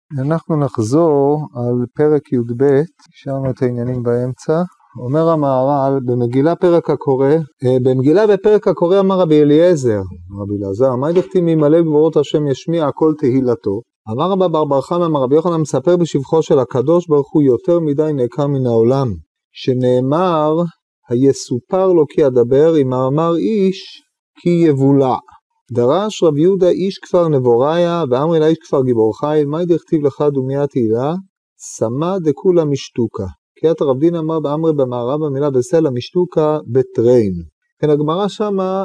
אנחנו נחזור על פרק י"ב, השארנו את העניינים באמצע. אומר המהר"ל במגילה פרק הקורא, במגילה בפרק הקורא אמר רבי אליעזר, רבי אלעזר, מה דכתיב ממלא גבורות השם ישמיע כל תהילתו? אמר רבא בר בר חמא אמר רבי יוחנן מספר בשבחו של הקדוש ברוך הוא יותר מדי נעקר מן העולם, שנאמר היסופר לו כי אדבר, אם אמר איש כי יבולע. דרש רב יהודה איש כפר נבוריה, ואמרי לה איש כפר גיבור חיל, מה דכתיב לך דומיה תהילה? סמא דכולה משתוקה. קריאת הרב דין אמר באמרי במערב במילה בסלע משתוקה בטריין. כן, הגמרא שמה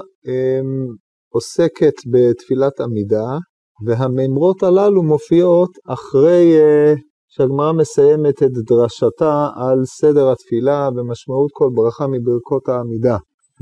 עוסקת בתפילת עמידה, והמאמרות הללו מופיעות אחרי שהגמרא מסיימת את דרשתה על סדר התפילה ומשמעות כל ברכה מברכות העמידה.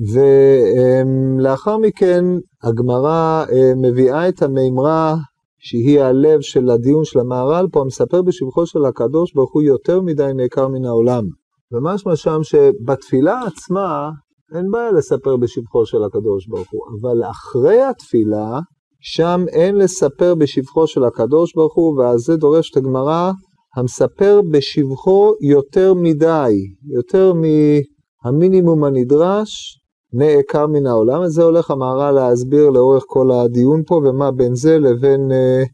ולאחר מכן הגמרא מביאה את המאמרה שהיא הלב של הדיון של המהר"ל פה, מספר בשבחו של הקדוש ברוך הוא יותר מדי נעקר מן העולם. ומשמע שם שבתפילה עצמה אין בעיה לספר בשבחו של הקדוש ברוך הוא, אבל אחרי התפילה שם אין לספר בשבחו של הקדוש ברוך הוא, ואז זה דורש את הגמרא המספר בשבחו יותר מדי, יותר מהמינימום הנדרש, נעקר מן העולם. אז זה הולך המהר"ל להסביר לאורך כל הדיון פה, ומה בין זה לבין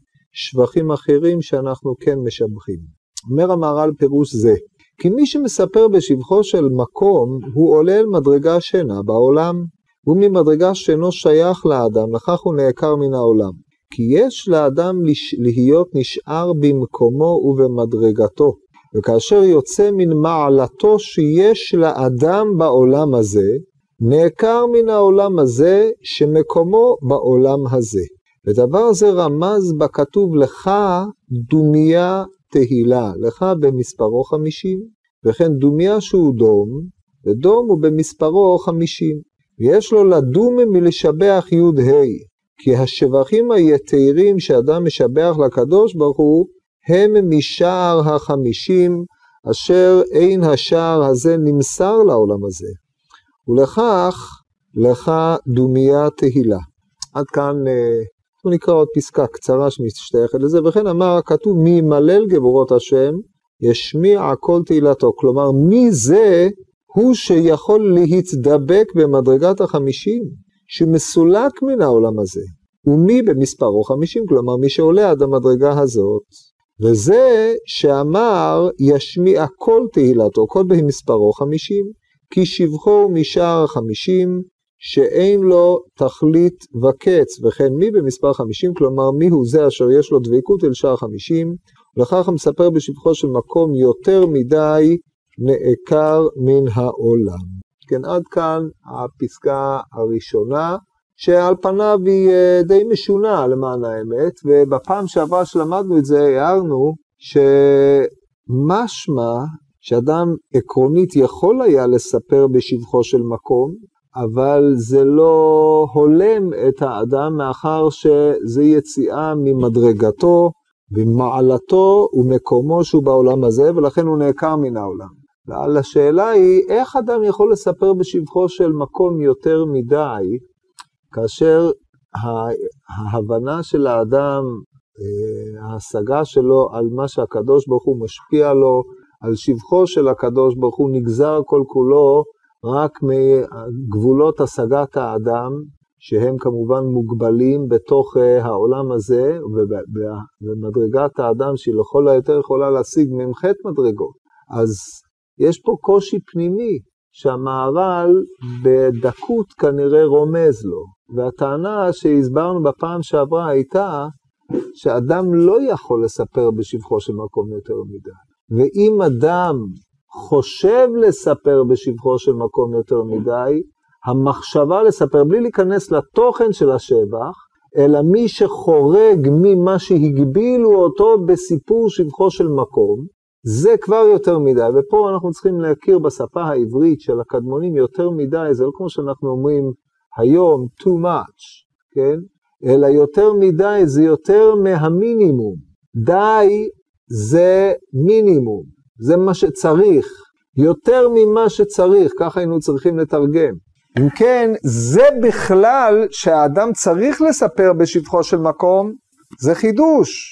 שבחים אחרים שאנחנו כן משבחים. אומר המהר"ל פירוש זה, כי מי שמספר בשבחו של מקום, הוא עולה אל מדרגה שינה בעולם, הוא ממדרגה שאינו שייך לאדם, לכך הוא נעקר מן העולם. כי יש לאדם להיות נשאר במקומו ובמדרגתו, וכאשר יוצא מן מעלתו שיש לאדם בעולם הזה, נעקר מן העולם הזה שמקומו בעולם הזה. ודבר זה רמז בכתוב לך דומיה תהילה, לך במספרו 50, וכן דומיה שהוא דום, ודום הוא במספרו 50. ויש לו לדום מלשבח י' ה', כי השבחים היתרים שאדם משבח לקדוש ברוך הוא, הם משער 50, אשר אין השער הזה נמסר לעולם הזה. ולכך, לך דומיה תהילה. עד כאן, נקרא עוד פסקה קצרה שמשתייכת לזה, וכן אמר הכתוב, מי מלל גבורות השם, ישמיע כל תהילתו. כלומר, מי זה הוא שיכול להתדבק במדרגת 50, שמסולק מן העולם הזה. ומי במספרו 50, כלומר, מי שעולה עד המדרגה הזאת. וזה שאמר, ישמיע כל תהילתו, כל במספרו 50, כי שבחו משער 50, שאין לו תכלית וקץ, וכן מי במספר 50, כלומר מי הוא זה אשר יש לו דבקות אל שער 50, ולכך מספר בשבחו של מקום יותר מדי נעקר מן העולם. כן, עד כאן הפסקה הראשונה, שעל פניו היא די משונה למען האמת, ובפעם שעברה שלמדנו את זה הערנו שמשמע שאדם עקרונית יכול היה לספר בשבחו של מקום, אבל זה לא הולם את האדם מאחר שזה יציאה ממדרגתו, במעלתו ומקומו שהוא בעולם הזה, ולכן הוא נעקר מן העולם. ועל השאלה היא, איך אדם יכול לספר בשבחו של מקום יותר מדי, כאשר ההבנה של האדם, ההשגה שלו על מה שהקדוש ברוך הוא משפיע לו, על שבחו של הקדוש ברוך הוא נגזר כל כולו רק מגבולות השגת האדם, שהם כמובן מוגבלים בתוך העולם הזה, ובמדרגת האדם שהיא לכל היותר יכולה להשיג ממחת מדרגות. אז יש פה קושי פנימי שהמהר"ל בדקות כנראה רומז לו, והטענה שהסברנו בפעם שעברה הייתה שאדם לא יכול לספר בשבחו של מקום יותר מדי. ואם אדם חושב לספר בשבחו של מקום יותר מדי, המחשבה לספר בלי להיכנס לתוכן של השבח, אלא מי שחורג ממה שהגבילו אותו בסיפור שבחו של מקום, זה כבר יותר מדי. ופה אנחנו צריכים להכיר בשפה העברית של הקדמונים יותר מדי, זה לא כמו שאנחנו אומרים היום too much, כן? אלא יותר מדי זה יותר מהמינימום. די זה מינימום, זה מה שצריך, יותר ממה שצריך, ככה היינו צריכים לתרגם. אם כן, זה בכלל שהאדם צריך לספר בשבחו של מקום, זה חידוש.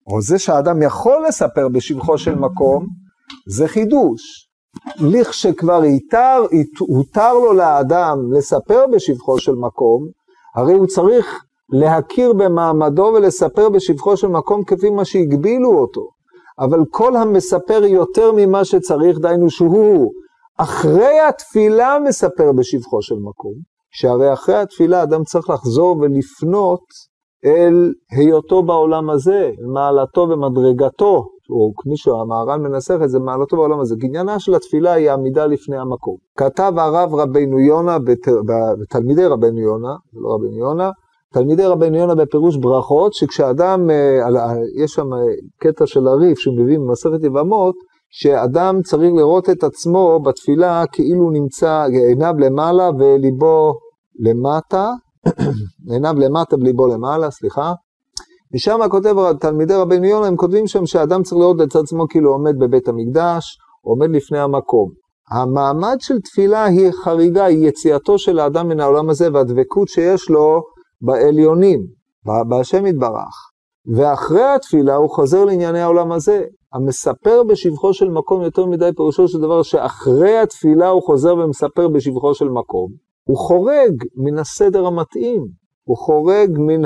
או זה שהאדם יכול לספר בשבחו של מקום, זה חידוש. לכשכבר הותר לו לאדם לספר בשבחו של מקום, הרי הוא צריך להכיר במעמדו ולספר בשבחו של מקום כפי מה שהגבילו אותו. אבל כל המספר יותר ממה שצריך, דיינו שהוא אחרי התפילה מספר בשבחו של מקום, שהרי אחרי התפילה אדם צריך לחזור ולפנות אל היותו בעולם הזה, מעלתו ומדרגתו, או כמי שהמהר"ל מנסח את זה, מעלתו בעולם הזה. עניינה של התפילה היא העמידה לפני המקום. כתב הרב רבינו יונה, בתלמידי רבינו יונה, לא רבינו יונה, תלמידי רבינו יונה בפירוש ברכות, שכשאדם, יש שם קטע של הריף שמביא ממסכת יבמות, שאדם צריך לראות את עצמו בתפילה כאילו נמצא עיניו למעלה וליבו למטה, עיניו למטה וליבו למעלה, סליחה. ושם כותב תלמידי רבינו יונה, הם כותבים שם שאדם צריך לראות את עצמו כאילו עומד בבית המקדש, עומד לפני המקום. המעמד של תפילה היא חריגה, היא יציאתו של האדם מן העולם הזה, והדבקות שיש לו בעליונים, בהשם יתברך. ואחרי התפילה הוא חוזר לענייני העולם הזה. המספר בשבחו של מקום יותר מדי פירושו של דבר שאחרי התפילה הוא חוזר ומספר בשבחו של מקום. הוא חורג מן הסדר המתאים, הוא חורג מן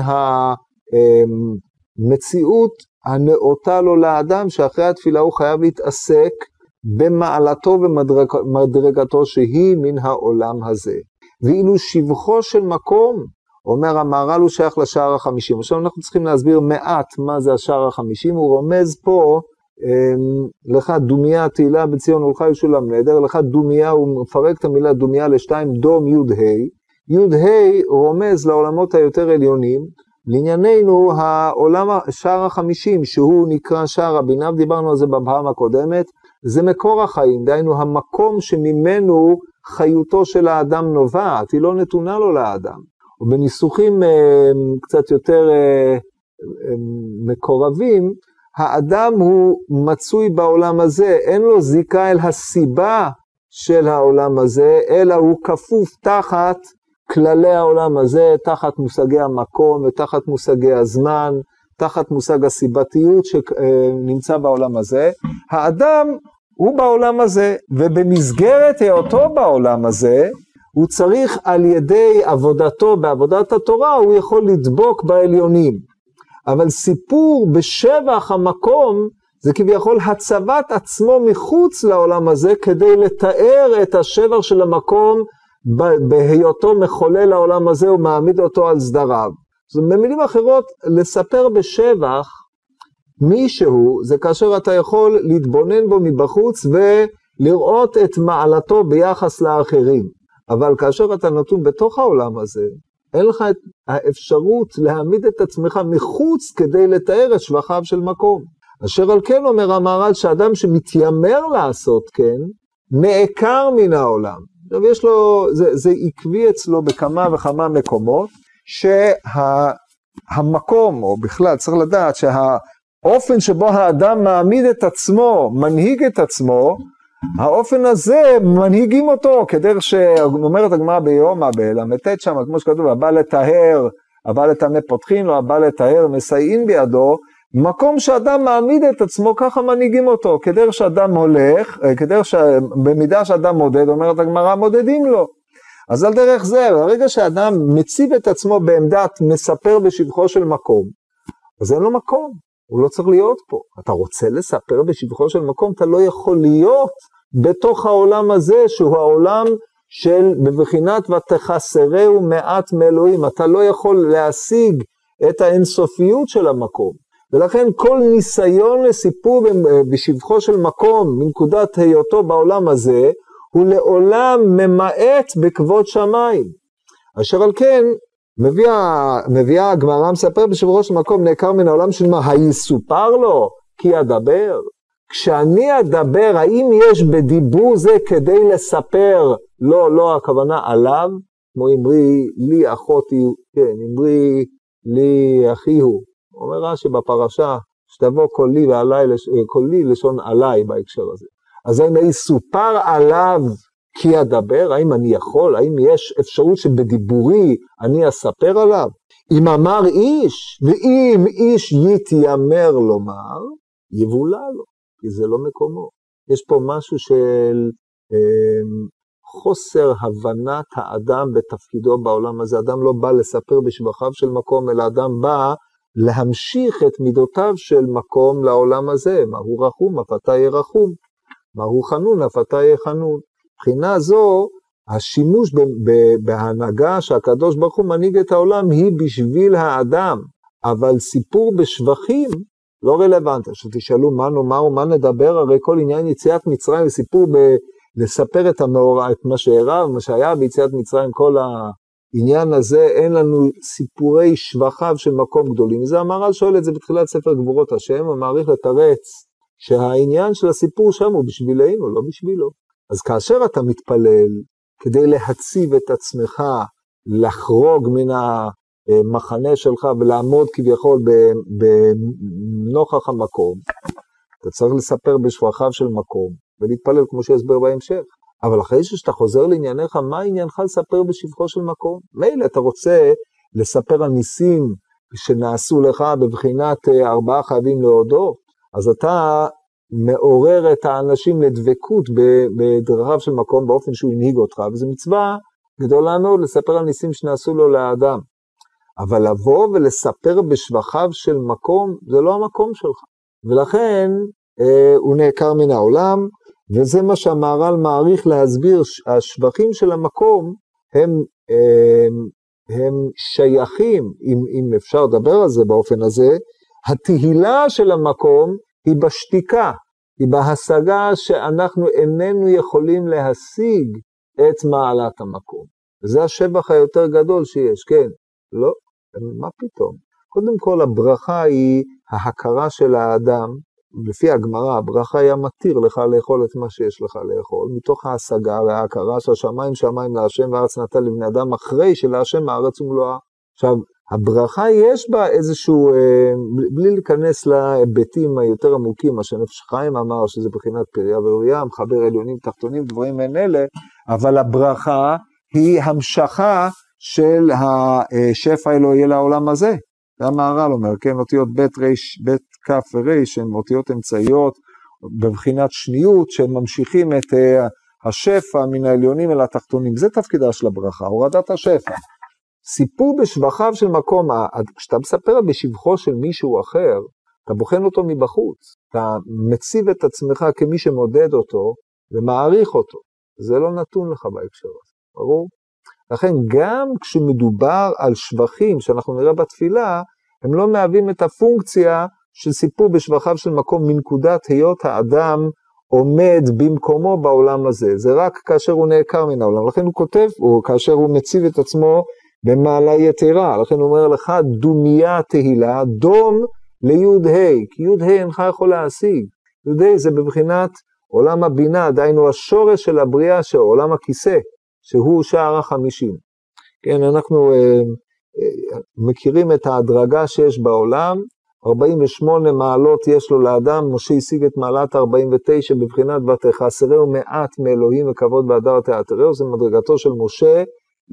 המציאות הנאותה לו לאדם, שאחרי התפילה הוא חייב להתעסק במעלתו ומדרגתו שהיא מן העולם הזה. ואילו שבחו של מקום, אומר המהר"ל, הוא שייך לשער ה-50. עכשיו אנחנו צריכים להסביר מעט מה זה השער ה-50. הוא רומז פה, לך דומיה תהילה בציון ולך ישולם נהדר, לך דומיה, הוא מפרק את המילה דומיה לשתיים, דום יוד ה'. יוד ה' רומז לעולמות היותר עליונים, לענייננו העולם, שער ה-50, שהוא נקרא שער הבינה, דיברנו על זה בפעם הקודמת, זה מקור החיים, דהיינו המקום שממנו חיותו של האדם נובעת, היא לא נתונה לו לאדם. ובניסוחים קצת יותר מקורבים, האדם הוא מצוי בעולם הזה, אין לו זיקה אל הסיבה של העולם הזה, אלא הוא כפוף תחת כללי העולם הזה, תחת מושגי המקום ותחת מושגי הזמן, תחת מושג הסיבתיות שנמצא בעולם הזה. האדם הוא בעולם הזה, ובמסגרת היותו בעולם הזה, הוא צריך על ידי עבודתו בעבודת התורה, הוא יכול לדבוק בעליונים. אבל סיפור בשבח המקום, זה כביכול הצבת עצמו מחוץ לעולם הזה, כדי לתאר את השבח של המקום, בהיותו מחולל לעולם הזה, ומעמיד אותו על סדריו. זאת במילים אחרות, לספר בשבח מישהו, זה כאשר אתה יכול להתבונן בו מבחוץ, ולראות את מעלתו ביחס לאחרים. אבל כאשר אתה נתון בתוך העולם הזה, אין לך את האפשרות להעמיד את עצמך מחוץ כדי לתאר את שבחיו של מקום. אשר על כן אומר המהר"ל שאדם שמתיימר לעשות כן, נעקר מן העולם. עכשיו יש לו, זה עקבי אצלו בכמה וכמה מקומות, שהמקום, או בכלל צריך לדעת שהאופן שבו האדם מעמיד את עצמו, מנהיג את עצמו, האופן הזה מנהיגים אותו, כדרך שאומרת הגמרא ביומא בל"ט שם, כמו שכתוב, הבא לטהר, הבא לטמא פותחין לו, הבא לטהר מסייעין בידו, מקום שאדם מעמיד את עצמו, ככה מנהיגים אותו, כדרך שאדם הולך, כדרך שבמידה שאדם מודד, אומרת הגמרא, מודדים לו. אז על דרך זה, ברגע שאדם מציב את עצמו בעמדת מספר בשבחו של מקום, אז אין לו מקום, הוא לא צריך להיות פה. אתה רוצה לספר בשבחו של מקום, אתה לא יכול להיות בתוך העולם הזה, שהוא העולם של בבחינת ותחסרהו מעט מאלוהים. אתה לא יכול להשיג את האינסופיות של המקום. ולכן כל ניסיון לסיפור בשבחו של מקום, מנקודת היותו בעולם הזה, הוא לעולם ממעט בכבוד שמיים. אשר על כן, מביאה הגמרא מספר בשבחו של מקום נעקר מן העולם של מה? היסופר לו? כי אדבר. כשאני אדבר, האם יש בדיבור זה כדי לספר, לא הכוונה עליו, כמו אמרי לי אחותי, כן, אמרי לי אחי הוא. אומר רש"י בפרשה, שתבוא קולי לשון עליי בהקשר הזה. אז האם יסופר עליו כי אדבר, האם אני יכול, האם יש אפשרות שבדיבורי אני אספר עליו? אם אמר איש, ואם איש יתיימר לומר, יבולע לו, כי זה לא מקומו. יש פה משהו של חוסר הבנת האדם בתפקידו בעולם הזה. אדם לא בא לספר בשבחיו של מקום, אלא אדם בא להמשיך את מידותיו של מקום לעולם הזה. מהו רחום, אף אתה יהיה רחום. מהו חנון, אף אתה יהיה חנון. מבחינה זו, השימוש בהנהגה שהקדוש ברוך הוא מנהיג את העולם היא בשביל האדם, אבל סיפור בשבחים לא רלוונטי. שתשאלו מה נדבר, הרי כל עניין יציאת מצרים וסיפור לספר את מה שאירע ומה שהיה ביציאת מצרים, כל העניין הזה, אין לנו סיפורי שבחיו של מקום גדולים. זה המהר"ל שואל את זה בתחילת ספר גבורות השם, המעריך לתרץ שהעניין של הסיפור שם הוא בשבילנו, לא בשבילו. אז כאשר אתה מתפלל כדי להציב את עצמך, לחרוג מן המחנה שלך ולעמוד כביכול בנוכח המקום, אתה צריך לספר בשבחיו של מקום ולהתפלל כמו שיסבר בהמשך. אבל אחרי שאתה חוזר לענייניך, מה עניינך לספר בשבחו של מקום? מילא אתה רוצה לספר על ניסים שנעשו לך בבחינת 4 חייבים להודות, אז אתה מעורר את האנשים לדבקות בדרכיו של מקום באופן שהוא הנהיג אותך, וזו מצווה גדולה מאוד לספר על ניסים שנעשו לו לאדם. אבל לבוא ולספר בשבחיו של מקום, זה לא המקום שלך. ולכן הוא נעקר מן העולם, וזה מה שהמהר"ל מעריך להסביר, השבחים של המקום הם שייכים, אם אפשר לדבר על זה באופן הזה, התהילה של המקום היא בשתיקה, היא בהשגה שאנחנו איננו יכולים להשיג את מעלת המקום. וזה השבח היותר גדול שיש, כן? לא, מה פתאום? קודם כל הברכה היא ההכרה של האדם, לפי הגמרא, הברכה היה מתיר לך לאכול את מה שיש לך לאכול, מתוך ההשגה וההכרה שהשמיים שמיים להשם והארץ נתן לבני אדם, אחרי שלהשם הארץ ומלואה. עכשיו, הברכה יש בה איזשהו, בלי להיכנס להיבטים היותר עמוקים, מה שנפש חיים אמר שזה בחינת פריה וראויה, מחבר עליונים תחתונים, דברים אין אלה, אבל הברכה היא המשכה של השפע האלוהי לעולם הזה. זה המהר"ל אומר, כן, אותיות בית ריש, בית כף וריש, הן אותיות אמצעיות, בבחינת שניות, שממשיכים את השפע מן העליונים אל התחתונים. זה תפקידה של הברכה, הורדת השפע. סיפור בשבחיו של מקום, כשאתה מספר בשבחו של מישהו אחר, אתה בוחן אותו מבחוץ, אתה מציב את עצמך כמי שמודד אותו ומעריך אותו. זה לא נתון לך בהקשר הזה, ברור? לכן גם כשמדובר על שבחים שאנחנו נראה בתפילה, הם לא מהווים את הפונקציה של סיפור בשבחיו של מקום מנקודת היות האדם עומד במקומו בעולם הזה. זה רק כאשר הוא נעקר מן העולם. לכן הוא כותב, או כאשר הוא מציב את עצמו במעלה יתרה. לכן הוא אומר לך, דומיה תהילה, דום ליוד ה', כי יוד ה' אינך יכול להשיג. יוד ה' זה בבחינת עולם הבינה, דהיינו השורש של הבריאה, של עולם הכיסא, שהוא שער ה-50. כן, אנחנו מכירים את ההדרגה שיש בעולם, 48 מעלות יש לו לאדם, משה השיג את מעלת 49 בבחינת ותחסרהו מעט מאלוהים וכבוד והדר תאתרהו, זה מדרגתו של משה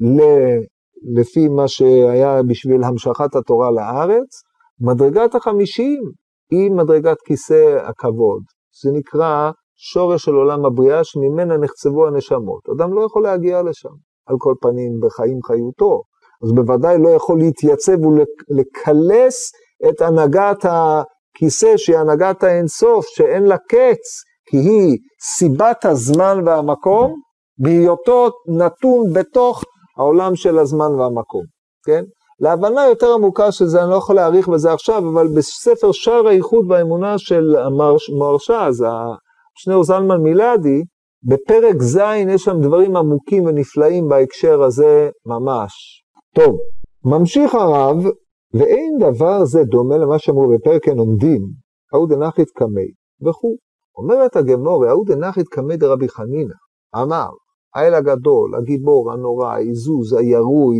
לפי מה שהיה בשביל המשכת התורה לארץ. מדרגת ה-50 היא מדרגת כיסא הכבוד, זה נקרא שורש של עולם הבריאה שממנה נחצבו הנשמות. אדם לא יכול להגיע לשם, על כל פנים בחיים חיותו, אז בוודאי לא יכול להתייצב ולקלס את הנהגת הכיסא שהיא הנהגת האינסוף, שאין לה קץ, כי היא סיבת הזמן והמקום, בהיותו נתון בתוך העולם של הזמן והמקום. כן? להבנה יותר עמוקה שזה, אני לא יכול להעריך בזה עכשיו, אבל בספר שער האיחוד והאמונה של המהרש"א, אז שניאור זלמן מילדי, בפרק ז' יש שם דברים עמוקים ונפלאים בהקשר הזה ממש. טוב, ממשיך הרב, ואין דבר זה דומה למה שאמרו בפרק אין עומדים, אהו דנחית קמי, וכו'. אומרת הגמור, אהו דנחית קמי דרבי חנינא, אמר, האל הגדול, הגיבור, הנורא, העיזוז, הירוי,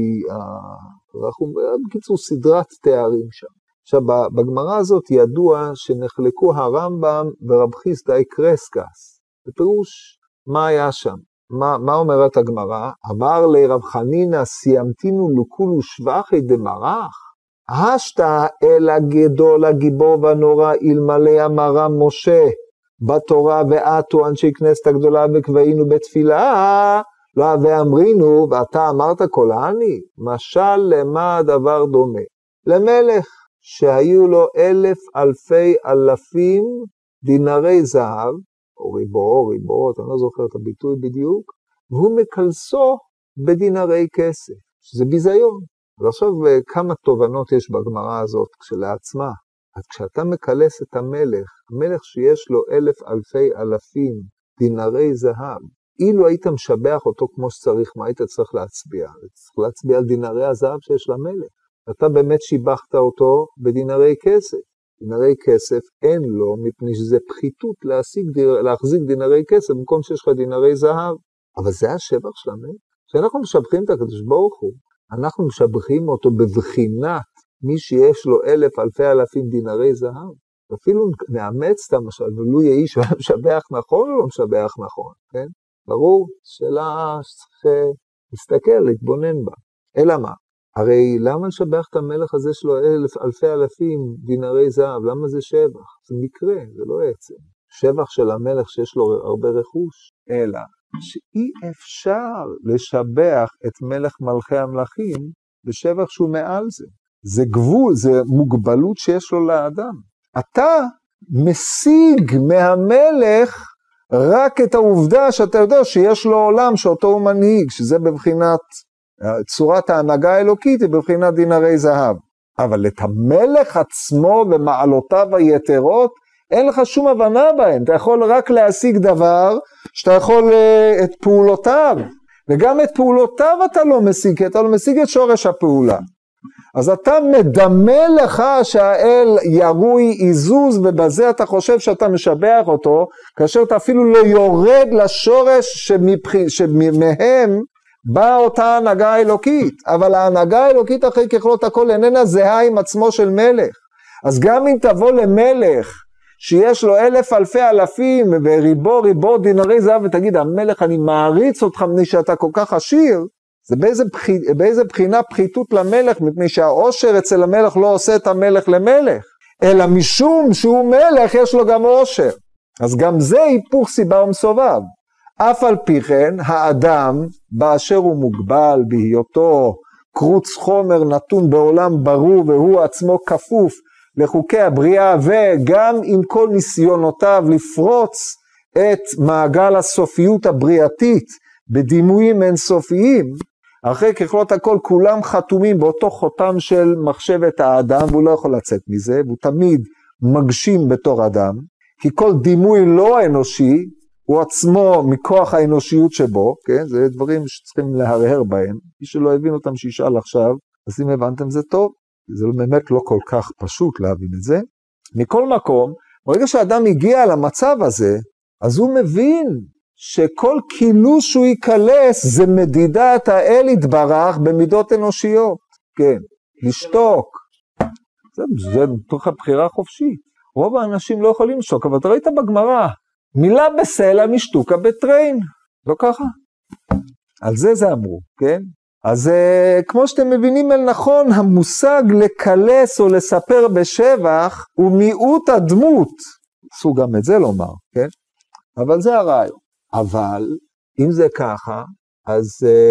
בקיצור סדרת תארים שם. עכשיו, בגמרא הזאת ידוע שנחלקו הרמב"ם ורב חיסדא קרסקס, בפירוש מה היה שם. מה אומרת הגמרא? אמר לי רב חנינא סיימתינו לכולו שבחי דמרח, השתא אלא גדול הגיבור והנורא אלמלא אמרה משה בתורה ועתו אנשי כנסת הגדולה וקבעינו בתפילה, לא ואמרינו ואתה אמרת כל העני, משל למה הדבר דומה? למלך שהיו לו 1,000 דינרי זהב, או ריבות, אני לא זוכר את הביטוי בדיוק, והוא מקלסו בדינרי כסף, שזה ביזיון. ועכשיו כמה תובנות יש בגמרא הזאת כשלעצמה. אז כשאתה מקלס את המלך שיש לו 1,000 דינרי זהב, אילו היית משבח אותו כמו שצריך, מה היית צריך להצביע? צריך להצביע על דינרי הזהב שיש למלך. אתה באמת שיבחת אותו בדינרי כסף. דינרי כסף אין לו, מפני שזה פחיתות להחזיק דינרי כסף, במקום שיש לך דינרי זהב. אבל זה השבח של המלך. כשאנחנו משבחים את הקדוש ברוך הוא, אנחנו משבחים אותו בבחינת מי שיש לו 1,000 דינרי זהב. אפילו נאמץ את המשל, ולו יהי שהוא משבח נכון או לא משבח נכון, כן? ברור, שאלה שצריך להסתכל, להתבונן בה. אלא מה? הרי למה לשבח את המלך הזה שלו 1,000 דינרי זהב? למה זה שבח? זה מקרה, זה לא עצם. שבח של המלך שיש לו הרבה רכוש, אלא שאי אפשר לשבח את מלך מלכי המלכים בשבח שהוא מעל זה. זה גבול, זה מוגבלות שיש לו לאדם. אתה משיג מהמלך רק את העובדה שאתה יודע שיש לו עולם שאותו הוא מנהיג, שזה בבחינת צורת ההנהגה האלוקית, היא בבחינת דינרי זהב. אבל את המלך עצמו ומעלותיו היתרות, אין לך שום הבנה בהם. אתה יכול רק להשיג דבר שאתה יכול את פעולותיו, וגם את פעולותיו אתה לא משיג, כי אתה לא משיג את שורש הפעולה. אז אתה מדמה לך שהאל ירוי איזוז, ובזה אתה חושב שאתה משבח אותו, כאשר אתה אפילו לא יורד לשורש שמהם באה אותה ההנהגה האלוקית. אבל ההנהגה האלוקית אחרי ככלות הכל איננה זהה עם עצמו של מלך. אז גם אם תבוא למלך שיש לו 1,000 וריבו דינרי זהב ותגיד, המלך אני מעריץ אותך מפני שאתה כל כך עשיר, זה באיזה בחינה פחיתות למלך, מפני שהעושר אצל המלך לא עושה את המלך למלך, אלא משום שהוא מלך יש לו גם עושר. אז גם זה היפוך סיבה ומסובב. אף על פי כן, האדם באשר הוא מוגבל בהיותו קרוץ חומר נתון בעולם ברור, והוא עצמו כפוף לחוקי הבריאה, וגם עם כל ניסיונותיו לפרוץ את מעגל הסופיות הבריאתית בדימויים אינסופיים, אחרי ככלות הכל כולם חתומים באותו חותם של מחשבת האדם, והוא לא יכול לצאת מזה, והוא תמיד מגשים בתור אדם, כי כל דימוי לא אנושי, הוא עצמו מכוח האנושיות שבו, כן? זה דברים שצריכים להרהר בהם, מי שלא הבין אותם שישאל עכשיו, אז אם הבנתם זה טוב, זה באמת לא כל כך פשוט להבין את זה. מכל מקום, ברגע שהאדם הגיע למצב הזה, אז הוא מבין שכל כילוש שהוא יקלס זה מדידת האל יתברך במידות אנושיות. כן, לשתוק. זה תוך הבחירה חופשית. רוב האנשים לא יכולים לשתוק, אבל אתה ראית בגמרא, מילה בסלע משתוקה בטריין. לא ככה? על זה אמרו, כן? אז כמו שאתם מבינים אל נכון, המושג לקלס או לספר בשבח הוא מיעוט הדמות. עשו גם את זה לומר, כן? אבל זה הרעיון. אבל אם זה ככה, אז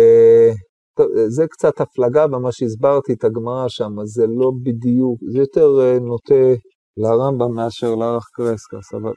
זה קצת הפלגה במה שהסברתי את הגמרא שם, אז זה לא בדיוק, זה יותר נוטה לרמב"ם מאשר לערך קרסקס, אבל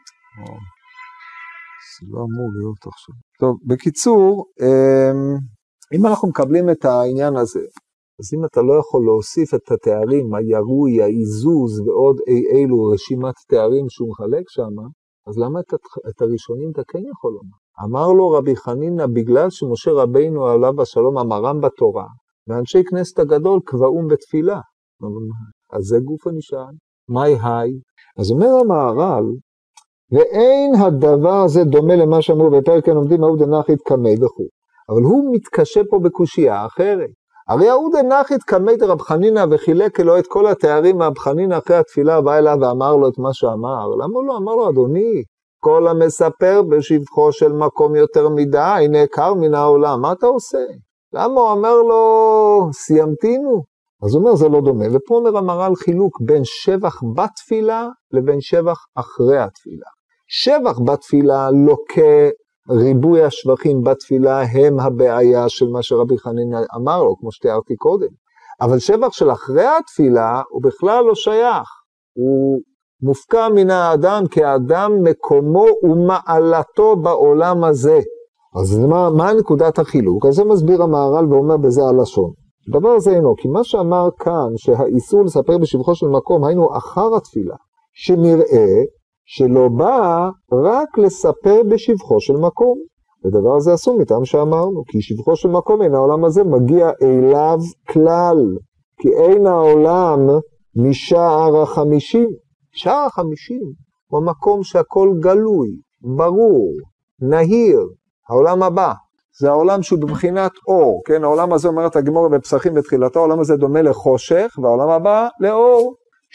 זה לא אמור להיות עכשיו. טוב, בקיצור, אם אנחנו מקבלים את העניין הזה, אז אם אתה לא יכול להוסיף את התארים, הירוי, האיזוז ועוד אילו רשימת תארים שהוא מחלק שם, אז למה את הראשונים אתה כן יכול לומר? אמר לו רבי חנינא, בגלל שמשה רבינו עליו השלום אמרם בתורה, ואנשי כנסת הגדול קבעום בתפילה. אז זה גוף הנשאל. מהי היי? אז אומר המהר"ל, ואין הדבר הזה דומה למה שאמרו בפרק עומדים אהוד הנחית קמי וכו'. אבל הוא מתקשה פה בקושייה אחרת. הרי אהוד הנחית קמי דרב חנינא וחילק לו את כל התארים מהרב חנינא אחרי התפילה, בא אליו ואמר לו את מה שאמר. למה לא? אמר לו, אדוני, כל המספר בשבחו של מקום יותר מדי, נעקר מן העולם. מה אתה עושה? למה הוא אומר לו, סיימתינו? אז הוא אומר, זה לא דומה. ופה אומר המהר"ל חילוק בין שבח בתפילה לבין שבח אחרי התפילה. שבח בתפילה לוקה ריבוי השבחים בתפילה הם הבעיה של מה שרבי חנינא אמר לו, כמו שתיארתי קודם. אבל שבח של אחרי התפילה הוא בכלל לא שייך. הוא מופקע מן האדם כאדם מקומו ומעלתו בעולם הזה. אז מה נקודת החילוק? אז זה מסביר המהר"ל ואומר בזה הלשון. דבר הזה אינו, כי מה שאמר כאן שהאיסור לספר בשבחו של מקום היינו אחר התפילה, שנראה שלא בא רק לספר בשבחו של מקום. ודבר הזה אסור מטעם שאמרנו, כי שבחו של מקום אין העולם הזה מגיע אליו כלל, כי אין העולם משער ה-50. שער ה-50 הוא המקום שהכל גלוי, ברור, נהיר, העולם הבא. זה העולם שהוא בבחינת אור, כן? העולם הזה אומרת הגמרא בפסחים בתחילתו, העולם הזה דומה לחושך, והעולם הבא לאור.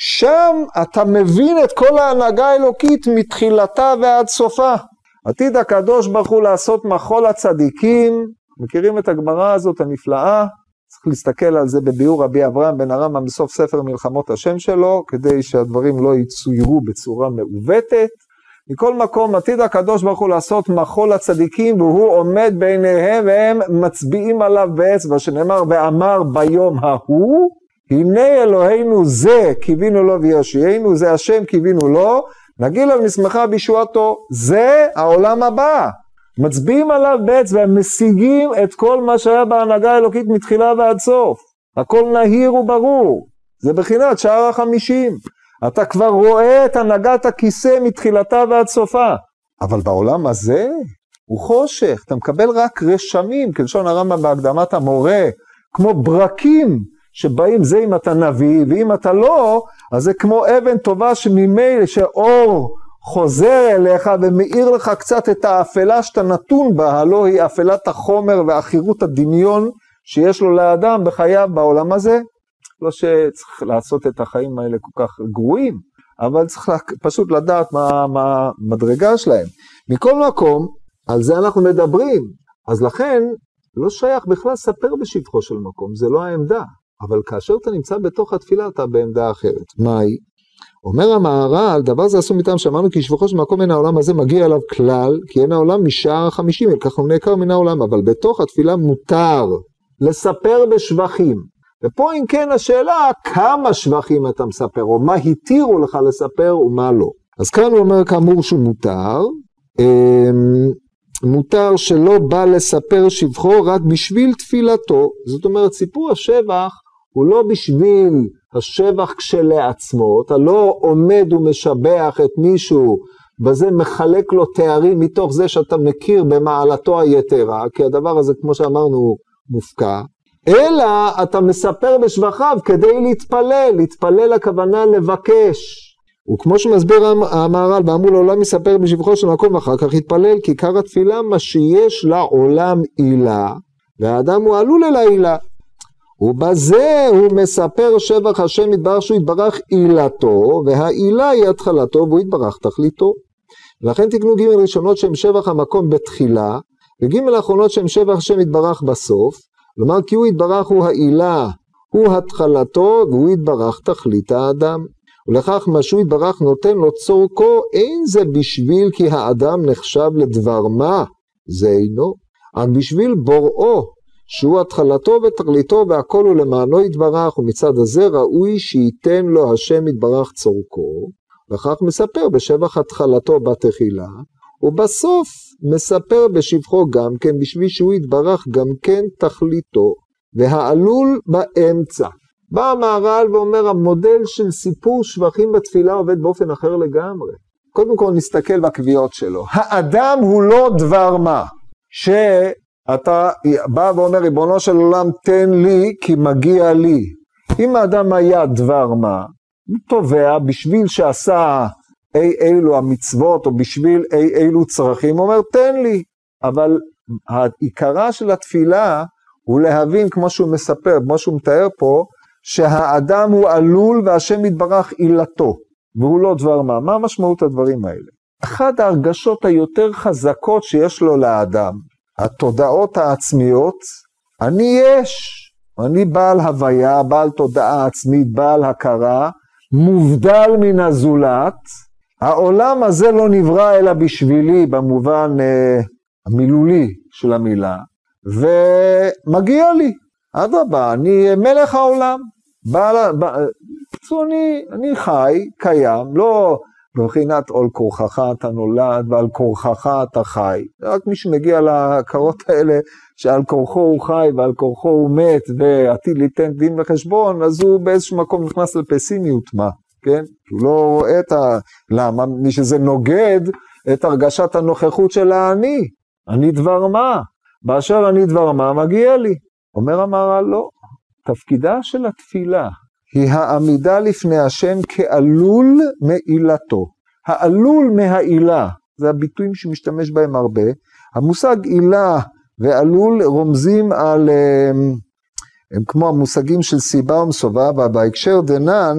שם אתה מבין את כל ההנהגה האלוקית מתחילתה ועד סופה. עתיד הקדוש ברוך הוא לעשות מחול הצדיקים, מכירים את הגמרא הזאת הנפלאה, צריך להסתכל על זה בביאור רבי אברהם בן הרמב"ם בסוף ספר מלחמות השם שלו, כדי שהדברים לא יצוירו בצורה מעוותת. מכל מקום, עתיד הקדוש ברוך הוא לעשות מחול הצדיקים, והוא עומד ביניהם והם מצביעים עליו באצבע, שנאמר ואמר ביום ההוא, הנה אלוהינו זה קיווינו לו ויושיענו, זה השם קיווינו לו, נגילה ונשמחה בישועתו, זה העולם הבא. מצביעים עליו באצבע, הם משיגים את כל מה שהיה בהנהגה האלוקית מתחילה ועד סוף. הכל נהיר וברור, זה בחינת שער ה-50. אתה כבר רואה את הנהגת הכיסא מתחילתה ועד סופה. אבל בעולם הזה הוא חושך, אתה מקבל רק רשמים, כלשון הרמב"ם בהקדמת המורה, כמו ברקים שבאים זה אם אתה נביא, ואם אתה לא, אז זה כמו אבן טובה שממילא שאור חוזר אליך ומאיר לך קצת את האפלה שאתה נתון בה, הלא היא אפלת החומר ואחירות הדמיון שיש לו לאדם בחייו בעולם הזה. לא שצריך לעשות את החיים האלה כל כך גרועים, אבל צריך פשוט לדעת מה המדרגה שלהם. מכל מקום, על זה אנחנו מדברים, אז לכן לא שייך בכלל לספר בשבחו של מקום, זה לא העמדה, אבל כאשר אתה נמצא בתוך התפילה אתה בעמדה אחרת. מהי? אומר המהר"ל, דבר זה עשו מטעם שאמרנו כי שבחו של מקום אין העולם הזה מגיע אליו כלל, כי אין העולם משער ה-50, ככה הוא נעקר מן העולם, אבל בתוך התפילה מותר לספר בשבחים. ופה אם כן השאלה, כמה שבחים אתה מספר, או מה התירו לך לספר ומה לא. אז כאן הוא אומר כאמור שהוא מותר, מותר שלא בא לספר שבחו רק בשביל תפילתו. זאת אומרת, סיפור השבח הוא לא בשביל השבח כשלעצמו, אתה לא עומד ומשבח את מישהו, בזה מחלק לו תארים מתוך זה שאתה מכיר במעלתו היתרה, כי הדבר הזה כמו שאמרנו מופקע, אלא אתה מספר בשבחיו כדי להתפלל, להתפלל הכוונה לבקש. וכמו שמסביר המהר"ל, ואמרו לעולם יספר בשבחו של מקום ואחר כך יתפלל, כי עיקר התפילה מה שיש לעולם עילה, והאדם הוא עלול אל העילה. ובזה הוא מספר שבח השם יתברך שהוא יתברך עילתו, והעילה היא התחלתו והוא יתברך תכליתו. ולכן תקנו ג' ראשונות שהם שבח המקום בתחילה, וג' האחרונות שהם שבח השם יתברך בסוף, כלומר כי הוא יתברך הוא העילה, הוא התחלתו והוא יתברך תכלית האדם. ולכך מה שהוא יתברך נותן לו צורכו, אין זה בשביל כי האדם נחשב לדבר מה, זה אינו, רק בשביל בוראו, שהוא התחלתו ותכליתו והכל הוא למענו יתברך, ומצד הזה ראוי שייתן לו השם יתברך צורכו, וכך מספר בשבח התחלתו בתחילה, ובסוף מספר בשבחו גם כן בשביל שהוא יתברך גם כן תכליתו, והעלול באמצע. בא המהר"ל ואומר המודל של סיפור שבחים בתפילה עובד באופן אחר לגמרי. קודם כל נסתכל בקביעות שלו. האדם הוא לא דבר מה, שאתה בא ואומר ריבונו של עולם תן לי כי מגיע לי. אם האדם היה דבר מה, הוא תובע בשביל שעשה אילו המצוות או בשביל אילו צרכים, הוא אומר תן לי. אבל העיקרה של התפילה הוא להבין כמו שהוא מספר, כמו שהוא מתאר פה, שהאדם הוא עלול והשם יתברך עילתו, והוא לא דבר מה. מה משמעות הדברים האלה? אחת ההרגשות היותר חזקות שיש לו לאדם, התודעות העצמיות, אני בעל הוויה, בעל תודעה עצמית, בעל הכרה, מובדל מן הזולת, העולם הזה לא נברא אלא בשבילי במובן המילולי של המילה, ומגיע לי, אדרבה, אני מלך העולם, אני חי, קיים, לא מבחינת עול כורחך אתה נולד ועל כורחך אתה חי, רק מי שמגיע להכרות האלה שעל כורחו הוא חי ועל כורחו הוא מת ועתיד ליתן דין וחשבון, אז הוא באיזשהו מקום נכנס לפסימיות מה, כן? הוא לא רואה למה? מי שזה נוגד את הרגשת הנוכחות של אני דבר מה, באשר אני דבר מה מגיע לי. אומר המהר"ל לא, תפקידה של התפילה היא העמידה לפני השם כעלול מעילתו. העלול מהעילה, זה הביטויים שמשתמש בהם הרבה. המושג עילה ועלול רומזים על, הם כמו המושגים של סיבה ומסובב, בהקשר דנן,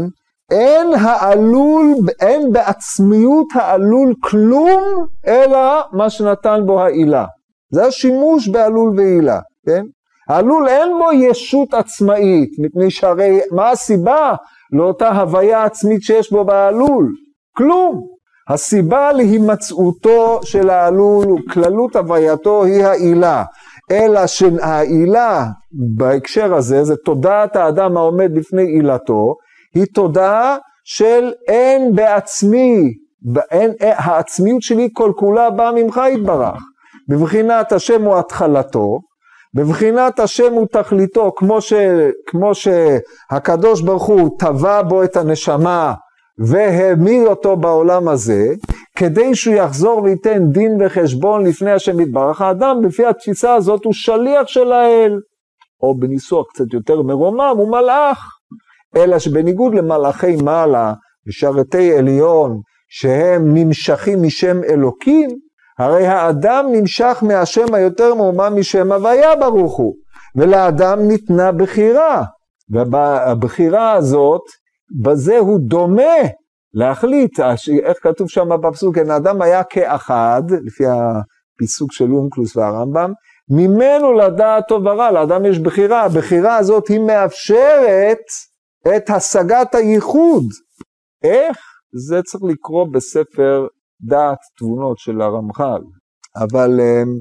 אין בעצמיות העלול כלום, אלא מה שנתן בו העילה. זה השימוש בעלול ועילה, כן? העלול אין בו ישות עצמאית, מפני שהרי מה הסיבה לאותה הוויה עצמית שיש בו בעלול? כלום. הסיבה להימצאותו של העלול וכללות הווייתו היא העילה, אלא שהעילה בהקשר הזה, זה תודעת האדם העומד בפני עילתו, היא תודעה של אין בעצמי, העצמיות שלי כל כולה באה ממך יתברך, בבחינת השם הוא התחלתו, בבחינת השם הוא תכליתו, כמו שהקדוש ברוך הוא טבע בו את הנשמה והמיר אותו בעולם הזה, כדי שהוא יחזור וייתן דין וחשבון לפני השם יתברך. האדם לפי התפיסה הזאת הוא שליח של האל, או בניסוח קצת יותר מרומם הוא מלאך, אלא שבניגוד למלאכי מעלה ושרתי עליון שהם נמשכים משם אלוקים, הרי האדם נמשך מהשם היותר מרומם משם הוויה ברוך הוא, ולאדם ניתנה בחירה, ובבחירה הזאת, בזה הוא דומה להחליט, איך כתוב שם בפסוק, האדם היה כאחד, לפי הפיסוק של אונקלוס והרמב"ם, ממנו לדעת טוב ורע, לאדם יש בחירה, הבחירה הזאת היא מאפשרת את השגת הייחוד. איך? זה צריך לקרוא בספר דעת תבונות של הרמח"ל, אבל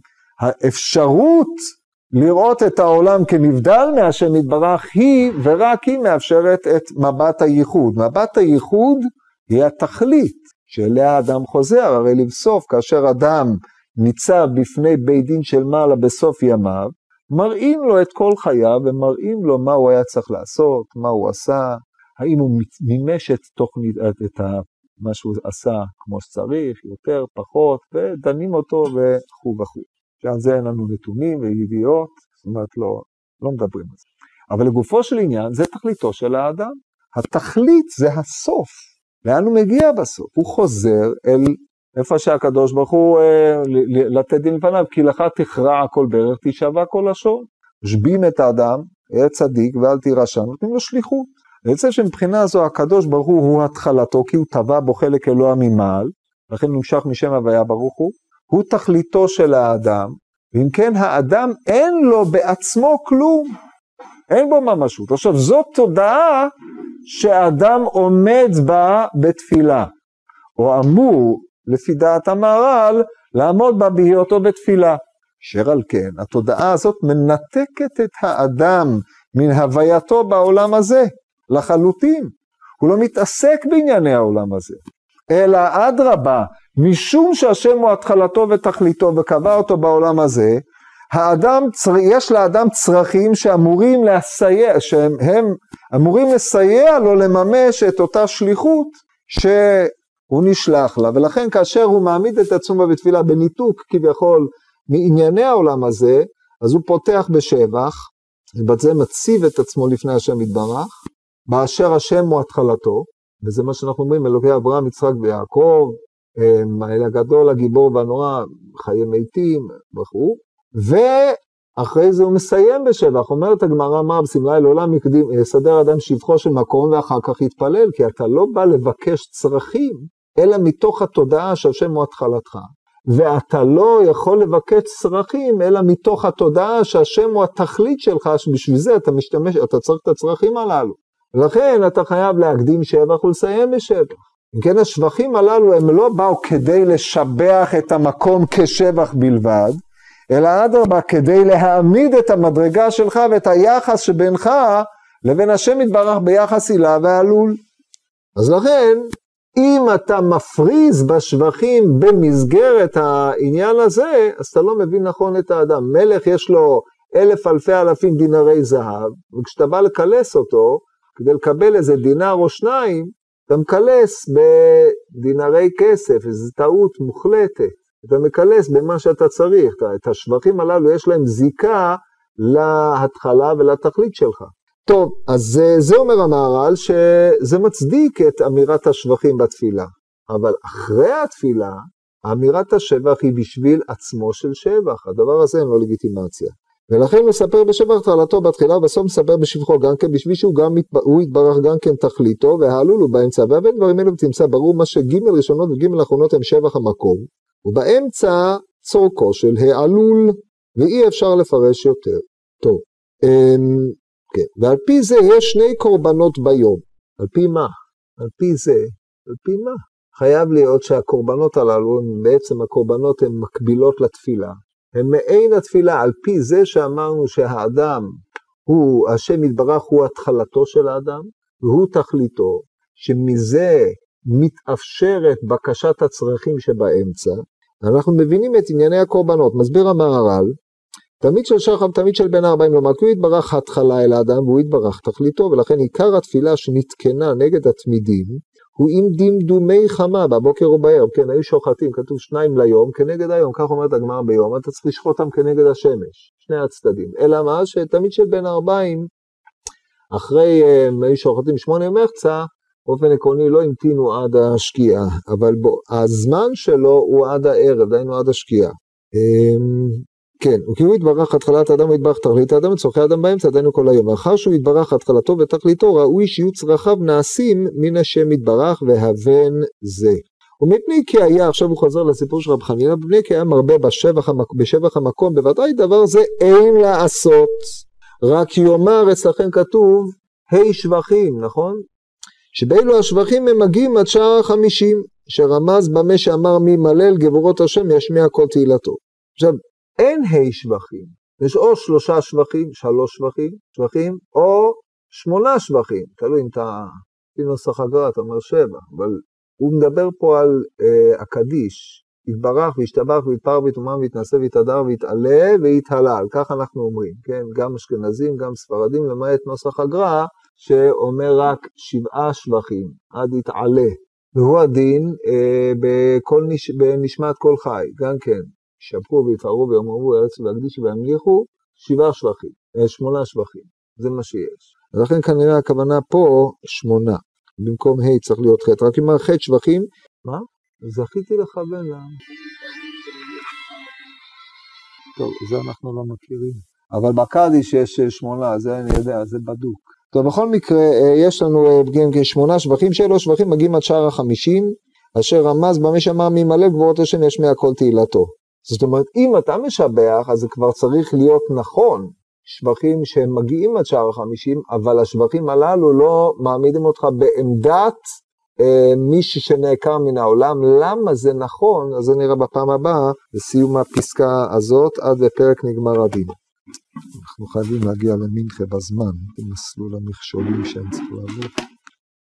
האפשרות לראות את העולם כנבדל מהשם יתברך היא ורק היא מאפשרת את מבט הייחוד. מבט הייחוד היא התכלית שאליה האדם חוזר, הרי לבסוף כאשר אדם ניצב בפני בית דין של מעלה בסוף ימיו, מראים לו את כל חייו ומראים לו מה הוא היה צריך לעשות, מה הוא עשה, האם הוא מימש את תוכנית, מה שהוא עשה כמו שצריך, יותר, פחות, ודנים אותו וכו' וכו'. שעל זה אין לנו נתונים וידיעות, זאת אומרת לא מדברים על זה. אבל לגופו של עניין זה תכליתו של האדם. התכלית זה הסוף. לאן הוא מגיע בסוף? הוא חוזר אל איפה שהקדוש ברוך הוא לתת דין לפניו, כי לך תכרע כל ברך, תשבע כל לשון. משביעים את האדם, יהיה צדיק ואל תירשע, נותנים לו שליחות. אני חושב שמבחינה זו הקדוש ברוך הוא התחלתו, כי הוא טבע בו חלק אלוה ממעל, לכן נמשך משם הוויה ברוך הוא תכליתו של האדם, ואם כן האדם אין לו בעצמו כלום, אין בו ממשות. עכשיו זאת תודעה שאדם עומד בה בתפילה, או אמור לפי דעת המהר"ל לעמוד בה בהיותו בתפילה. אשר על כן התודעה הזאת מנתקת את האדם מן הווייתו בעולם הזה, לחלוטין. הוא לא מתעסק בענייני העולם הזה, אלא אדרבה, משום שהשם הוא התחלתו ותכליתו וקבע אותו בעולם הזה, יש לאדם צרכים שאמורים לסייע לו לממש את אותה שליחות שהוא נשלח לה, ולכן כאשר הוא מעמיד את עצמו בתפילה בניתוק כביכול מענייני העולם הזה, אז הוא פותח בשבח, ובזה מציב את עצמו לפני השם יתברך, באשר השם הוא התחלתו, וזה מה שאנחנו אומרים, אלוקי אברהם, יצחק ויעקב, האל הגדול, הגיבור והנורא, חיי מתים, וכו'. ואחרי זה הוא מסיים בשבח, אומרת הגמרא, מה בסמלה אל עולם יסדר אדם שבחו של מקום ואחר כך יתפלל, כי אתה לא בא לבקש צרכים, אלא מתוך התודעה שהשם הוא התחלתך. ואתה לא יכול לבקש צרכים, אלא מתוך התודעה שהשם הוא התכלית שלך, שבשביל זה אתה צריך את הצרכים הללו. ולכן אתה חייב להקדים שבח ולסיים בשבח. אם כן, השבחים הללו הם לא באו כדי לשבח את המקום כשבח בלבד, אלא אדרבה כדי להעמיד את המדרגה שלך ואת היחס שבינך לבין השם יתברך ביחס הילה והעלול. אז לכן, אם אתה מפריז בשבחים במסגרת העניין הזה, אז אתה לא מבין נכון את האדם. מלך יש לו 1,000 אלפי אלפים דינרי זהב, וכשאתה בא לקלס אותו, כדי לקבל איזה דינר או שניים, אתה מקלס בדינרי כסף, איזו טעות מוחלטת. אתה מקלס במה שאתה צריך. את השבחים הללו יש להם זיקה להתחלה ולתכלית שלך. טוב, אז זה אומר המהר"ל שזה מצדיק את אמירת השבחים בתפילה. אבל אחרי התפילה, אמירת השבח היא בשביל עצמו של שבח. הדבר הזה אין לו לגיטימציה. ולכן מספר בשבח התחלתו בתחילה, ובסוף מספר בשבחו גם כן, בשביל שהוא יתברך גם כן תכליתו, והעלול הוא באמצע. והבין דברים אלו תמצא ברור מה שג' ראשונות וג' אחרונות הם שבח המקום, ובאמצע צורכו של העלול, ואי אפשר לפרש יותר. טוב, כן. ועל פי זה יש 2 קורבנות ביום. על פי מה? על פי זה, על פי מה? חייב להיות שהקורבנות הללו, בעצם הקורבנות הן מקבילות לתפילה. הן מעין התפילה, על פי זה שאמרנו שהאדם הוא, השם יתברך הוא התחלתו של האדם, והוא תכליתו, שמזה מתאפשרת בקשת הצרכים שבאמצע. אנחנו מבינים את ענייני הקורבנות. מסביר המהר"ל, תמיד של שחם, תמיד של בין 40 לומר, כי הוא יתברך התחלה אל האדם, והוא יתברך תכליתו, ולכן עיקר התפילה שנתקנה נגד התמידים, הוא עם דמדומי חמה בבוקר או בערב, כן, היו שוחטים, כתוב 2 ליום, כנגד היום, כך אומרת הגמרא ביום, אתה צריך לשחוט אותם כנגד השמש, 2 הצדדים, אלא מה, שתמיד של בין 40, אחרי היו שוחטים 8 מחצה, באופן עקרוני לא המתינו עד השקיעה, אבל הזמן שלו הוא עד הערב, דיינו עד השקיעה. כן, וכי הוא יתברך התחלת האדם ויתברך תכלית האדם וצורכי האדם באמצע, דיינו כל היום. ואחר שהוא יתברך התחלתו ותכליתו, ראוי שיהיו צרכיו נעשים מן השם יתברך והבן זה. ומפני כי היה, עכשיו הוא חוזר לסיפור של רב חנינא, מפני כי היה מרבה בשבח המקום, בוודאי דבר זה אין לעשות. רק יאמר, אצלכם כתוב, שבחים, נכון? שבאלו השבחים הם מגיעים עד שער 50, שרמז במה שאמר מי מלל גבורות השם ישמיע כל תהילתו. עכשיו, אין שבחים, יש או 3 שבחים, 3 שבחים, או 8 שבחים, תלוי אם אתה, לפי נוסח הגר"א, אתה אומר 7, אבל הוא מדבר פה על הקדיש, יתברך וישתבח ויתפאר ויתומם ויתנשא ויתהדר ויתעלה ויתהלל, כך אנחנו אומרים, כן? גם אשכנזים, גם ספרדים, למעט נוסח הגר"א, שאומר רק 7 שבחים, עד יתעלה, והוא הדין בנשמת כל חי, גם כן, ישבחו ויתפארו ויאמרו ירצו ויקדישו וימליכו, 7 שבחים, 8 שבחים, זה מה שיש. ולכן כנראה הכוונה פה 8, במקום צריך להיות ח', רק אם ח' שבחים, מה? זכיתי לכוון לה. טוב, זה אנחנו לא מכירים. אבל בקדיש יש 8, זה אני יודע, זה בדוק. טוב, בכל מקרה, יש לנו 8 שבחים, שאלו שבחים מגיעים עד שער 50, אשר רמז במה שאמר מי מלל גבורות השם ישמיע כל תהילתו. זאת אומרת, אם אתה משבח, אז זה כבר צריך להיות נכון, שבחים שהם מגיעים עד שער 50, אבל השבחים הללו לא מעמידים אותך בעמדת מישהו שנעקר מן העולם. למה זה נכון? אז זה נראה בפעם הבאה, לסיום הפסקה הזאת, עד לפרק נגמר הדין. אנחנו חייבים להגיע למנחה בזמן, במסלול המכשולים שהם צריכים לעבור.